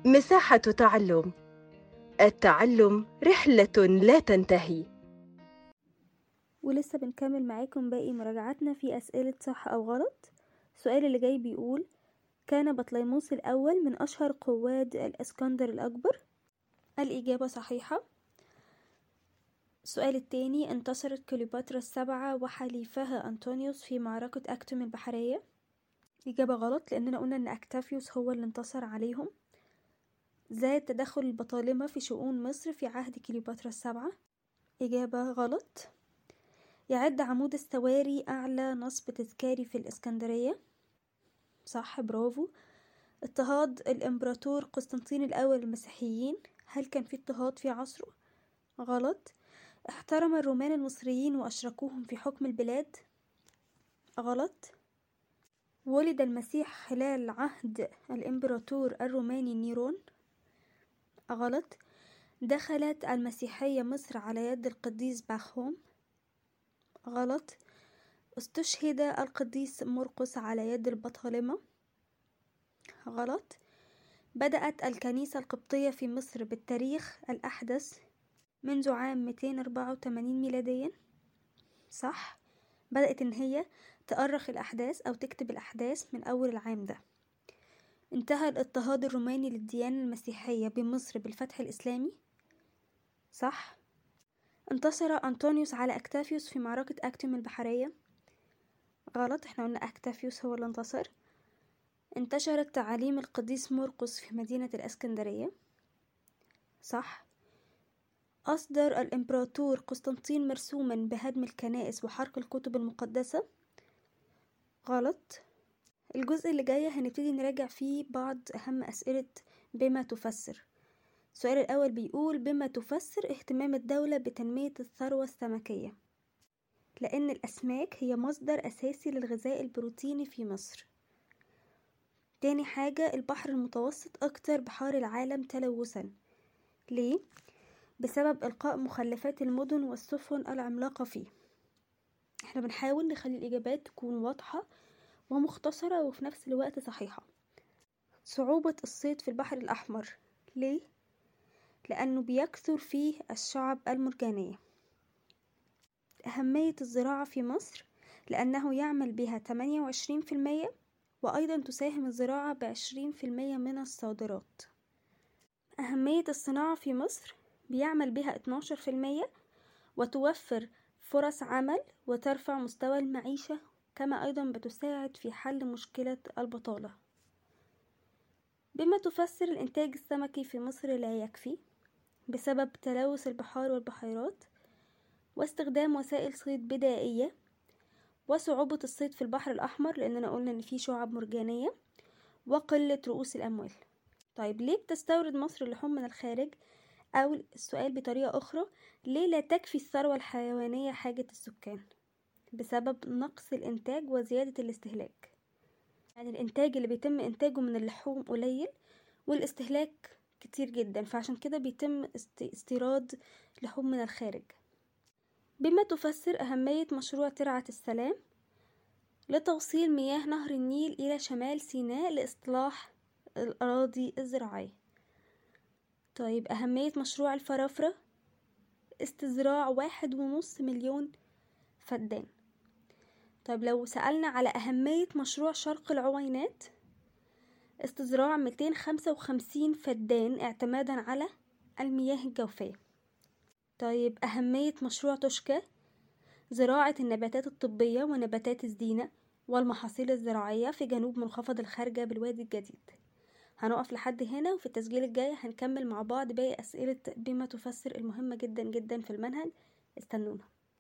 مساحة تعلم. التعلم رحلة لا تنتهي. ولسه بنكمل معاكم باقي مراجعاتنا في أسئلة صح أو غلط. السؤال اللي جاي بيقول: كان بطليموس الأول من أشهر قواد الإسكندر الأكبر. الإجابة صحيحة. السؤال التاني: انتصرت كليوباترا السبعة وحليفها أنطونيوس في معركة أكتوم البحرية. إجابة غلط، لأننا قلنا أن أكتافيوس هو اللي انتصر عليهم. زاد تدخل البطالمة في شؤون مصر في عهد كليوباترا السبعة. إجابة غلط. يعد عمود السواري أعلى نصب تذكاري في الإسكندرية. صح، برافو. اضطهاد الإمبراطور قسطنطين الأول المسيحيين، هل كان في اضطهاد في عصره؟ غلط. احترم الرومان المصريين وأشركوهم في حكم البلاد. غلط. ولد المسيح خلال عهد الإمبراطور الروماني نيرون. غلط. دخلت المسيحية مصر على يد القديس باخوم. غلط. استشهد القديس مرقس على يد البطالمة. غلط. بدأت الكنيسة القبطية في مصر بالتاريخ الأحدث منذ عام 284 ميلاديا. صح، بدأت إن هي تأرخ الأحداث أو تكتب الأحداث من أول العام ده. انتهى الاضطهاد الروماني للديانة المسيحية بمصر بالفتح الإسلامي. صح. انتصر أنطونيوس على أكتافيوس في معركة أكتوم البحرية. غلط، احنا قلنا أكتافيوس هو اللي انتصر. انتشرت تعاليم القديس مرقس في مدينة الإسكندرية. صح. أصدر الإمبراطور قسطنطين مرسوما بهدم الكنائس وحرق الكتب المقدسة. غلط. الجزء اللي جاي هنبتدي نراجع فيه بعض أهم أسئلة بما تفسر. السؤال الأول بيقول: بما تفسر اهتمام الدولة بتنمية الثروة السمكية؟ لأن الأسماك هي مصدر أساسي للغذاء البروتيني في مصر. تاني حاجة: البحر المتوسط أكتر بحار العالم تلوثا. ليه؟ بسبب إلقاء مخلفات المدن والسفن العملاقة فيه. احنا بنحاول نخلي الإجابات تكون واضحة ومختصرة وفي نفس الوقت صحيحة. صعوبة الصيد في البحر الأحمر. ليه؟ لأنه بيكثر فيه الشعب المرجانية. أهمية الزراعة في مصر، لأنه يعمل بها 28%، وأيضا تساهم الزراعة ب20% من الصادرات. أهمية الصناعة في مصر، بيعمل بها 12%، وتوفر فرص عمل وترفع مستوى المعيشة، كما أيضا بتساعد في حل مشكلة البطالة. بما تفسر الإنتاج السمكي في مصر لا يكفي بسبب تلوث البحار والبحيرات، واستخدام وسائل صيد بدائية، وصعوبة الصيد في البحر الأحمر لأننا قلنا إن فيه شعاب مرجانية، وقلة رؤوس الأموال. طيب، ليه بتستورد مصر اللحوم من الخارج؟ أو السؤال بطريقة أخرى: ليه لا تكفي الثروة الحيوانية حاجة السكان؟ بسبب نقص الإنتاج وزيادة الاستهلاك. يعني الإنتاج اللي بيتم إنتاجه من اللحوم قليل والاستهلاك كتير جدا، فعشان كده بيتم استيراد لحوم من الخارج. بما تفسر أهمية مشروع ترعة السلام؟ لتوصيل مياه نهر النيل إلى شمال سيناء لإصلاح الأراضي الزراعية. طيب، أهمية مشروع الفرافرة؟ استزراع 1.5 مليون فدان. طيب، لو سألنا على أهمية مشروع شرق العوينات؟ استزراع 255 فدان اعتمادا على المياه الجوفية. طيب، أهمية مشروع توشكا؟ زراعة النباتات الطبية ونباتات الزينة والمحاصيل الزراعية في جنوب منخفض الخارجة بالوادي الجديد. هنقف لحد هنا، وفي التسجيل الجاي هنكمل مع بعض باقي أسئلة بما تفسر المهمة جدا جدا في المنهج. استنونا.